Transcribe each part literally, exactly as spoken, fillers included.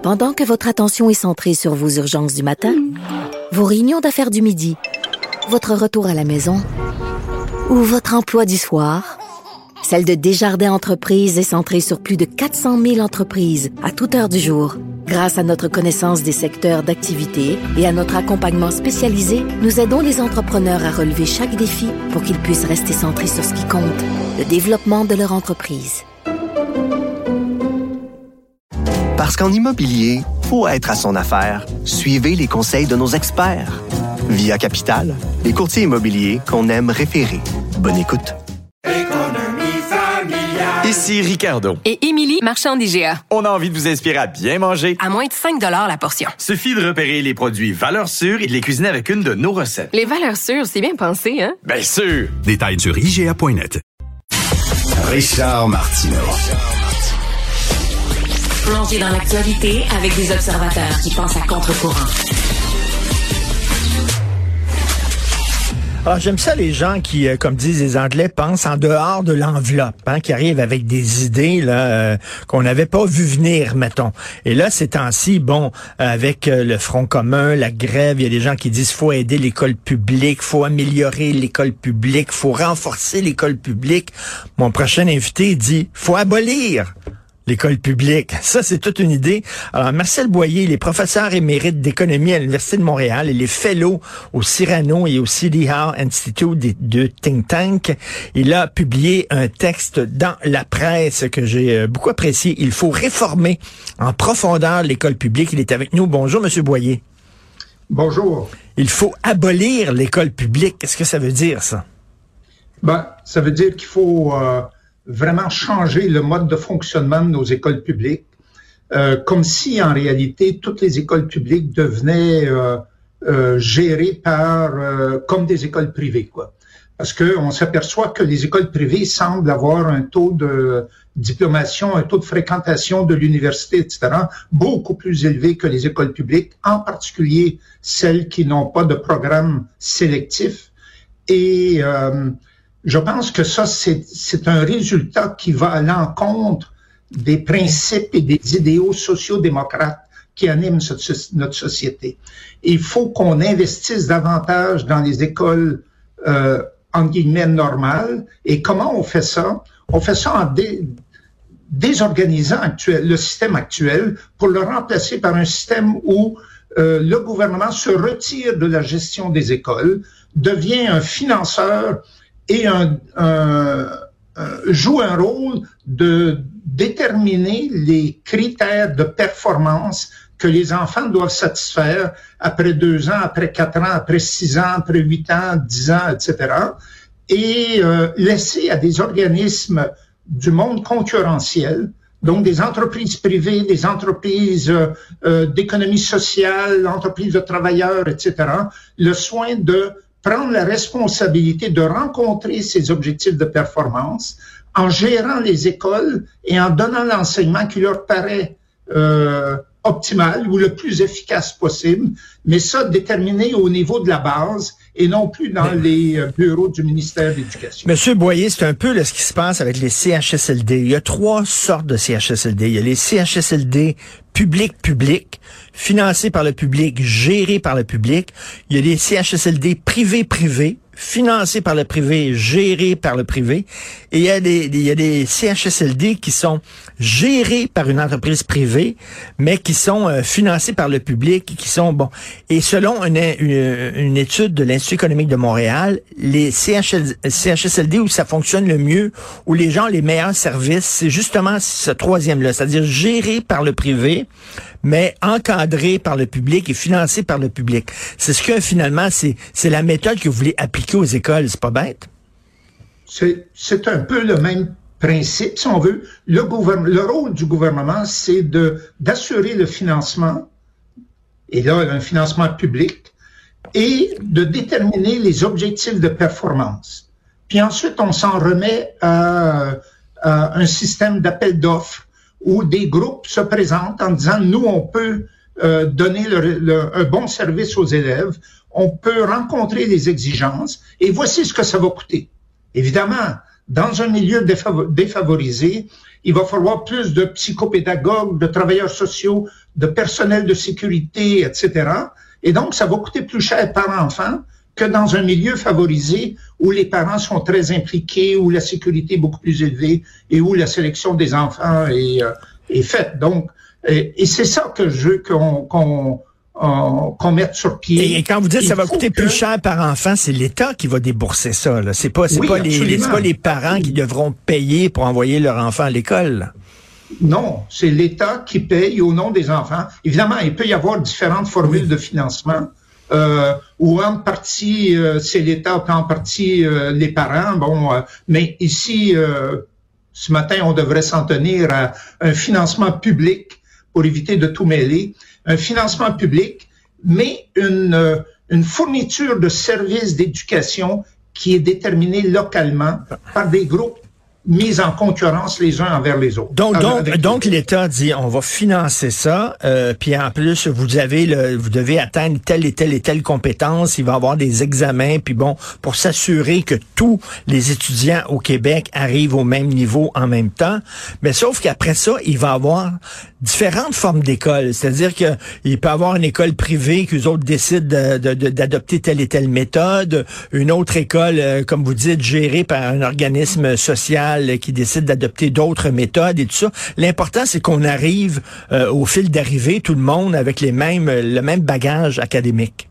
Pendant que votre attention est centrée sur vos urgences du matin, vos réunions d'affaires du midi, votre retour à la maison ou votre emploi du soir, celle de Desjardins Entreprises est centrée sur plus de quatre cent mille entreprises à toute heure du jour. Grâce à notre connaissance des secteurs d'activité et à notre accompagnement spécialisé, nous aidons les entrepreneurs à relever chaque défi pour qu'ils puissent rester centrés sur ce qui compte, le développement de leur entreprise. Parce qu'en immobilier, faut être à son affaire. Suivez les conseils de nos experts. Via Capital, les courtiers immobiliers qu'on aime référer. Bonne écoute. Ici Ricardo. Et Émilie, marchand d'I G A. On a envie de vous inspirer à bien manger. À moins de cinq dollars la portion. Suffit de repérer les produits valeurs sûres et de les cuisiner avec une de nos recettes. Les valeurs sûres, c'est bien pensé, hein? Bien sûr! Détails sur I G A point net. Richard Martineau. Plongé dans l'actualité avec des observateurs qui pensent à contre-courant. Alors, j'aime ça, les gens qui, euh, comme disent les Anglais, pensent en dehors de l'enveloppe, hein, qui arrivent avec des idées là euh, qu'on n'avait pas vu venir, mettons. Et là, ces temps-ci, bon, avec euh, le Front commun, la grève, il y a des gens qui disent faut aider l'école publique, faut améliorer l'école publique, faut renforcer l'école publique. Mon prochain invité dit faut abolir l'école publique. Ça, c'est toute une idée. Alors, Marcel Boyer, il est professeur émérite d'économie à l'Université de Montréal. Il est fellow au Cyrano et au City Hall Institute de Think Tank. Il a publié un texte dans la presse que j'ai beaucoup apprécié. Il faut réformer en profondeur l'école publique. Il est avec nous. Bonjour, Monsieur Boyer. Bonjour. Il faut abolir l'école publique. Qu'est-ce que ça veut dire, ça? Ben, ça veut dire qu'il faut... Euh vraiment changer le mode de fonctionnement de nos écoles publiques, euh, comme si en réalité toutes les écoles publiques devenaient euh, euh, gérées par euh, comme des écoles privées, quoi. Parce que on s'aperçoit que les écoles privées semblent avoir un taux de diplomation, un taux de fréquentation de l'université, et cetera, beaucoup plus élevé que les écoles publiques, en particulier celles qui n'ont pas de programme sélectif. Et euh, je pense que ça, c'est, c'est un résultat qui va à l'encontre des principes et des idéaux sociaux-démocrates qui animent notre société. Et il faut qu'on investisse davantage dans les écoles, euh, en guillemets, normales. Et comment on fait ça? On fait ça en dé, désorganisant actuel, le système actuel pour le remplacer par un système où euh, le gouvernement se retire de la gestion des écoles, devient un financeur et un, un, un, joue un rôle de déterminer les critères de performance que les enfants doivent satisfaire après deux ans, après quatre ans, après six ans, après huit ans, dix ans, et cetera. Et euh, laisser à des organismes du monde concurrentiel, donc des entreprises privées, des entreprises euh, d'économie sociale, entreprises de travailleurs, et cetera, le soin de prendre la responsabilité de rencontrer ces objectifs de performance en gérant les écoles et en donnant l'enseignement qui leur paraît euh, optimal ou le plus efficace possible, mais ça déterminé au niveau de la base et non plus dans mais, les bureaux du ministère de l'Éducation. Monsieur Boyer, c'est un peu là, ce qui se passe avec les C H S L D. Il y a trois sortes de C H S L D. Il y a les C H S L D public-public, financés par le public, gérés par le public. Il y a les C H S L D privé-privé, financés par le privé, gérés par le privé. Et il y a des, il y a des C H S L D qui sont gérés par une entreprise privée, mais qui sont euh, financés par le public, qui sont, bon. Et selon une, une, une étude de l'Institut économique de Montréal, les C H S L D où ça fonctionne le mieux, où les gens ont les meilleurs services, c'est justement ce troisième-là, c'est-à-dire géré par le privé, mais encadré par le public et financé par le public. C'est ce que finalement, c'est, c'est la méthode que vous voulez appliquer aux écoles, c'est pas bête? C'est, c'est un peu le même principe, si on veut. Le, gouvernement, le rôle du gouvernement, c'est de, d'assurer le financement, et là, un financement public, et de déterminer les objectifs de performance. Puis ensuite, on s'en remet à, à un système d'appel d'offres où des groupes se présentent en disant, nous, on peut euh, donner le, le, un bon service aux élèves, on peut rencontrer les exigences, et voici ce que ça va coûter. Évidemment, dans un milieu défav- défavorisé, il va falloir plus de psychopédagogues, de travailleurs sociaux, de personnel de sécurité, et cetera. Et donc, ça va coûter plus cher par enfant que dans un milieu favorisé où les parents sont très impliqués, où la sécurité est beaucoup plus élevée et où la sélection des enfants est, euh, est faite. Donc, et, et c'est ça que je veux qu'on, qu'on, qu'on, qu'on mette sur pied. Et, et quand vous dites que ça va coûter que... plus cher par enfant, c'est l'État qui va débourser ça, là. C'est pas, c'est oui, pas les, les, c'est pas les parents qui devront payer pour envoyer leur enfant à l'école. Non, c'est l'État qui paye au nom des enfants. Évidemment, il peut y avoir différentes formules oui. de financement, euh, où en partie euh, c'est l'État, en partie euh, les parents. Bon, euh, mais ici, euh, ce matin, on devrait s'en tenir à un financement public pour éviter de tout mêler. Un financement public, mais une, euh, une fourniture de services d'éducation qui est déterminée localement par des groupes mis en concurrence les uns envers les autres. Donc, donc, Avec donc l'État dit, on va financer ça, euh, puis en plus, vous avez, le, vous devez atteindre telle et telle et telle compétence, il va y avoir des examens, puis bon, pour s'assurer que tous les étudiants au Québec arrivent au même niveau en même temps. Mais sauf qu'après ça, il va y avoir différentes formes d'écoles. C'est-à-dire que il peut y avoir une école privée qu'eux autres décident de, de, de, d'adopter telle et telle méthode, une autre école, euh, comme vous dites, gérée par un organisme social qui décide d'adopter d'autres méthodes et tout ça. L'important, c'est qu'on arrive euh, au fil d'arrivée, tout le monde avec les mêmes, le même bagage académique.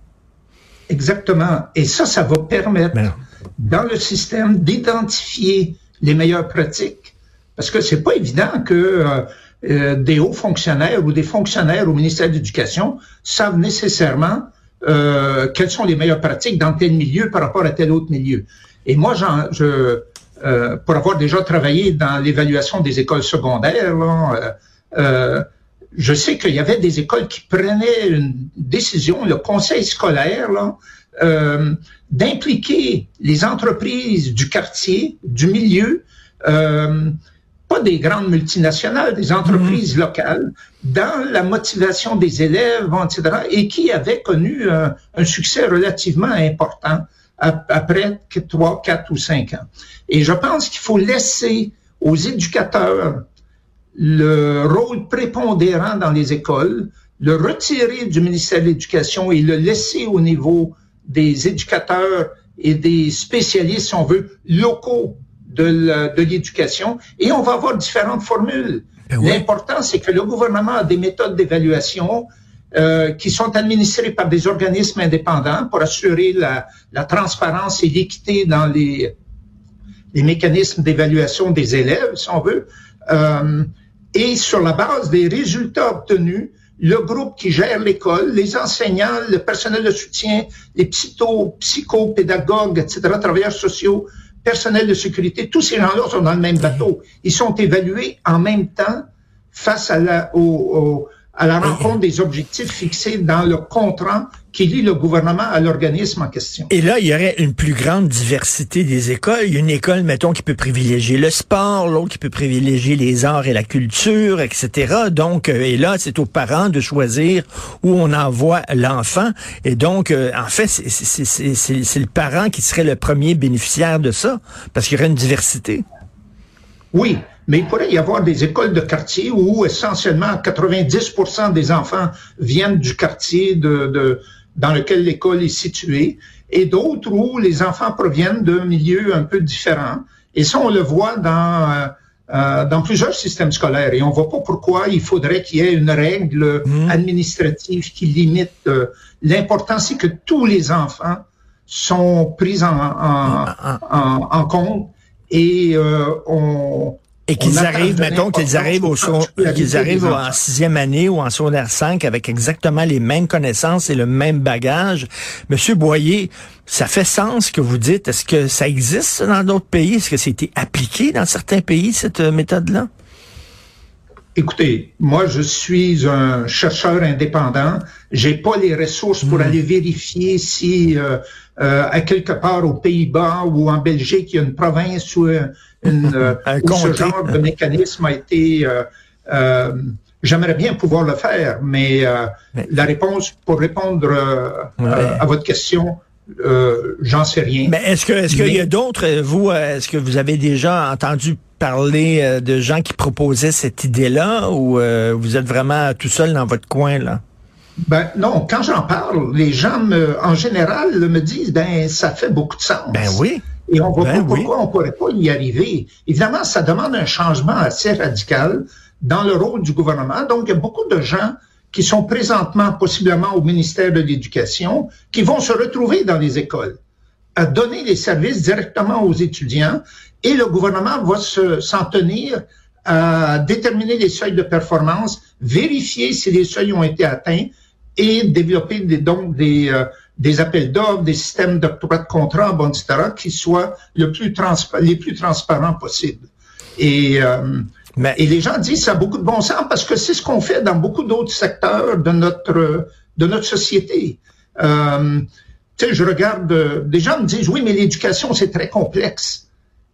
Exactement. Et ça, ça va permettre, ben dans le système, d'identifier les meilleures pratiques. Parce que c'est pas évident que euh, euh, des hauts fonctionnaires ou des fonctionnaires au ministère de l'Éducation savent nécessairement euh, quelles sont les meilleures pratiques dans tel milieu par rapport à tel autre milieu. Et moi, j'en, je... Euh, pour avoir déjà travaillé dans l'évaluation des écoles secondaires, là, euh, euh, je sais qu'il y avait des écoles qui prenaient une décision, le conseil scolaire, là, euh, d'impliquer les entreprises du quartier, du milieu, euh, pas des grandes multinationales, des entreprises mmh. locales, dans la motivation des élèves, et cetera, et qui avaient connu un, un succès relativement important après trois, quatre ou cinq ans. Et je pense qu'il faut laisser aux éducateurs le rôle prépondérant dans les écoles, le retirer du ministère de l'Éducation et le laisser au niveau des éducateurs et des spécialistes, si on veut, locaux de, la, de l'éducation. Et on va avoir différentes formules. Ben ouais. L'important, c'est que le gouvernement a des méthodes d'évaluation Euh, qui sont administrés par des organismes indépendants pour assurer la, la transparence et l'équité dans les, les mécanismes d'évaluation des élèves, si on veut. Euh, et sur la base des résultats obtenus, le groupe qui gère l'école, les enseignants, le personnel de soutien, les psycho, psychopédagogues, et cetera, travailleurs sociaux, personnel de sécurité, tous ces gens-là sont dans le même bateau. Ils sont évalués en même temps face à la, au, au à la rencontre des objectifs fixés dans le contrat qui lie le gouvernement à l'organisme en question. Et là, il y aurait une plus grande diversité des écoles. Il y a une école, mettons, qui peut privilégier le sport, l'autre qui peut privilégier les arts et la culture, et cetera. Donc, euh, et là, c'est aux parents de choisir où on envoie l'enfant. Et donc, euh, en fait, c'est, c'est, c'est, c'est, c'est le parent qui serait le premier bénéficiaire de ça, parce qu'il y aurait une diversité. Oui. Mais il pourrait y avoir des écoles de quartier où essentiellement quatre-vingt-dix pour cent des enfants viennent du quartier de, de, dans lequel l'école est située, et d'autres où les enfants proviennent d'un milieu un peu différent. Et ça, on le voit dans, euh, dans plusieurs systèmes scolaires. Et on ne voit pas pourquoi il faudrait qu'il y ait une règle mmh. administrative qui limite. Euh, l'important, c'est que tous les enfants sont pris en, en, en, en compte et euh, on... Et qu'ils arrivent, mettons, qu'ils arrivent au son, qu'ils arrivent en sixième année ou en secondaire cinq avec exactement les mêmes connaissances et le même bagage. Monsieur Boyer, ça fait sens ce que vous dites. Est-ce que ça existe dans d'autres pays? Est-ce que ça a été appliqué dans certains pays, cette méthode-là? Écoutez, moi, je suis un chercheur indépendant. J'ai pas les ressources pour mmh. aller vérifier si, euh, euh, à quelque part aux Pays-Bas ou en Belgique, il y a une province où, une, euh, où ce genre de mécanisme a été... Euh, euh, j'aimerais bien pouvoir le faire, mais, euh, mais... la réponse, pour répondre euh, ouais. euh, à votre question, Euh, j'en sais rien. Mais est-ce que est-ce qu'il Mais... y a d'autres, vous, est-ce que vous avez déjà entendu parler de gens qui proposaient cette idée-là, ou euh, vous êtes vraiment tout seul dans votre coin, là? Ben non, quand j'en parle, les gens, me, en général, me disent, ben ça fait beaucoup de sens. Ben oui. Et on voit ben pas pourquoi oui. on pourrait pas y arriver. Évidemment, ça demande un changement assez radical dans le rôle du gouvernement. Donc, il y a beaucoup de gens qui sont présentement possiblement au ministère de l'Éducation, qui vont se retrouver dans les écoles, à donner les services directement aux étudiants, et le gouvernement va se, s'en tenir à déterminer les seuils de performance, vérifier si les seuils ont été atteints, et développer des, donc des, euh, des appels d'offres, des systèmes d'octroi de contrats, bon, et cetera, qui soient le plus transpa- les plus transparents possibles. Et... Euh, Mais... Et les gens disent ça a beaucoup de bon sens parce que c'est ce qu'on fait dans beaucoup d'autres secteurs de notre de notre société. Euh, tu sais, je regarde, euh, des gens me disent oui, mais l'éducation c'est très complexe.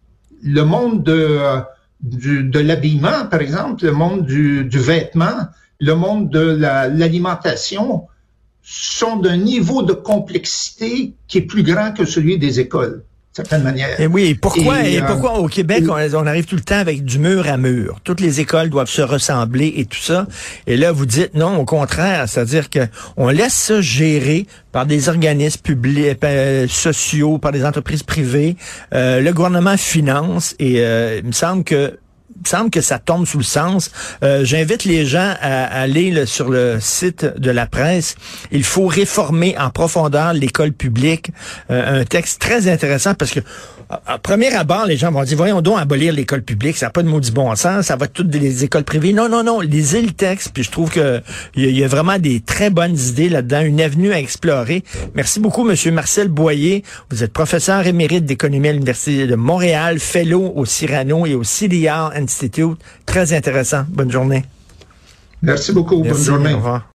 Le monde de du, de l'habillement, par exemple, le monde du, du vêtement, le monde de la, l'alimentation sont d'un niveau de complexité qui est plus grand que celui des écoles. Certaine manière. Et oui, et pourquoi, et, et euh, pourquoi au Québec, on, on arrive tout le temps avec du mur à mur? Toutes les écoles doivent se ressembler et tout ça. Et là, vous dites non, au contraire, c'est-à-dire que on laisse ça gérer par des organismes publics, euh, sociaux, par des entreprises privées. Euh, le gouvernement finance et euh, il me semble que Il me semble que ça tombe sous le sens. Euh, j'invite les gens à, à aller là, sur le site de la presse. Il faut réformer en profondeur l'école publique. Euh, un texte très intéressant parce que à, à premier abord, les gens vont dire, voyons donc abolir l'école publique, ça n'a pas de maudit bon sens, ça va être toutes des écoles privées. Non, non, non, lisez le texte, puis je trouve que il y, y a vraiment des très bonnes idées là-dedans, une avenue à explorer. Merci beaucoup, Monsieur Marcel Boyer. Vous êtes professeur émérite d'économie à l'Université de Montréal, fellow au Cyrano et au C D R Institute. Très intéressant. Bonne journée. Merci beaucoup. Merci, bonne journée. Au revoir.